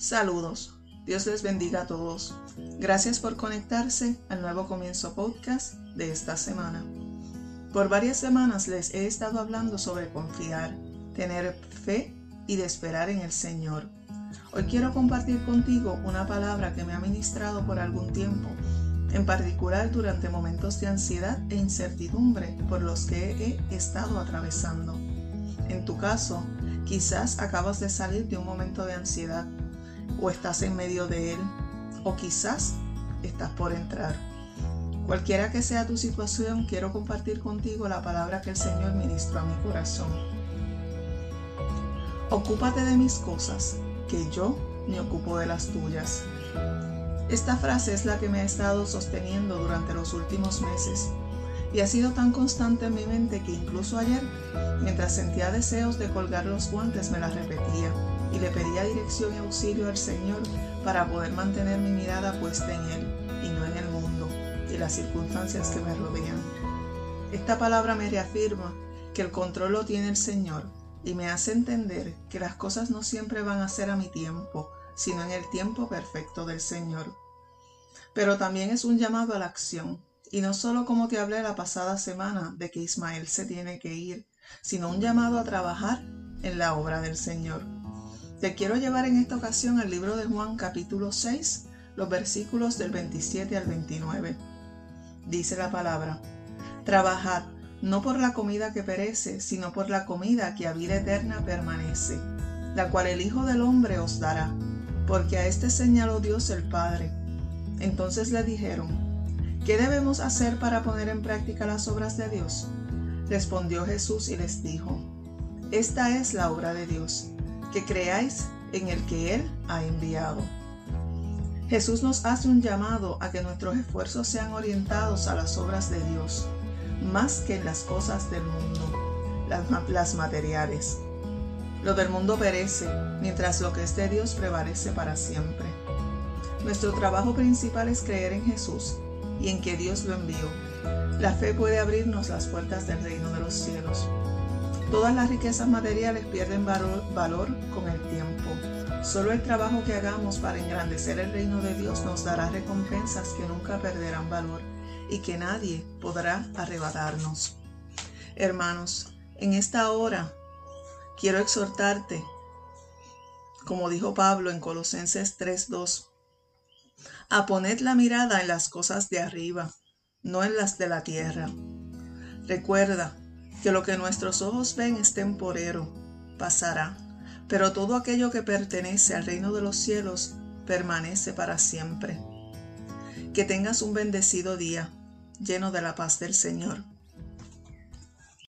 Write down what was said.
Saludos, Dios les bendiga a todos. Gracias por conectarse al nuevo comienzo podcast de esta semana. Por varias semanas les he estado hablando sobre confiar, tener fe y de esperar en el Señor. Hoy quiero compartir contigo una palabra que me ha ministrado por algún tiempo, en particular durante momentos de ansiedad e incertidumbre por los que he estado atravesando. En tu caso, quizás acabas de salir de un momento de ansiedad, o estás en medio de él, o quizás estás por entrar. Cualquiera que sea tu situación, quiero compartir contigo la palabra que el Señor ministró a mi corazón. Ocúpate de mis cosas, que yo me ocupo de las tuyas. Esta frase es la que me ha estado sosteniendo durante los últimos meses y ha sido tan constante en mi mente que incluso ayer, mientras sentía deseos de colgar los guantes, me la repetía y le pedía dirección y auxilio al Señor para poder mantener mi mirada puesta en Él y no en el mundo y las circunstancias que me rodean. Esta palabra me reafirma que el control lo tiene el Señor y me hace entender que las cosas no siempre van a ser a mi tiempo, sino en el tiempo perfecto del Señor. Pero también es un llamado a la acción, y no solo como te hablé la pasada semana de que Ismael se tiene que ir, sino un llamado a trabajar en la obra del Señor. Te quiero llevar en esta ocasión al libro de Juan capítulo 6, los versículos del 27 al 29. Dice la palabra: Trabajad, no por la comida que perece, sino por la comida que a vida eterna permanece, la cual el Hijo del Hombre os dará, porque a éste señaló Dios el Padre. Entonces le dijeron: ¿qué debemos hacer para poner en práctica las obras de Dios? Respondió Jesús y les dijo: Esta es la obra de Dios, que creáis en el que Él ha enviado. Jesús nos hace un llamado a que nuestros esfuerzos sean orientados a las obras de Dios, más que en las cosas del mundo, las materiales. Lo del mundo perece, mientras lo que es de Dios prevalece para siempre. Nuestro trabajo principal es creer en Jesús y en que Dios lo envió. La fe puede abrirnos las puertas del reino de los cielos. Todas las riquezas materiales pierden valor con el tiempo. Solo el trabajo que hagamos para engrandecer el reino de Dios nos dará recompensas que nunca perderán valor y que nadie podrá arrebatarnos. Hermanos, en esta hora quiero exhortarte, como dijo Pablo en Colosenses 3:2, a poner la mirada en las cosas de arriba, no en las de la tierra. Recuerda que lo que nuestros ojos ven es temporero, pasará, pero todo aquello que pertenece al reino de los cielos permanece para siempre. Que tengas un bendecido día, lleno de la paz del Señor.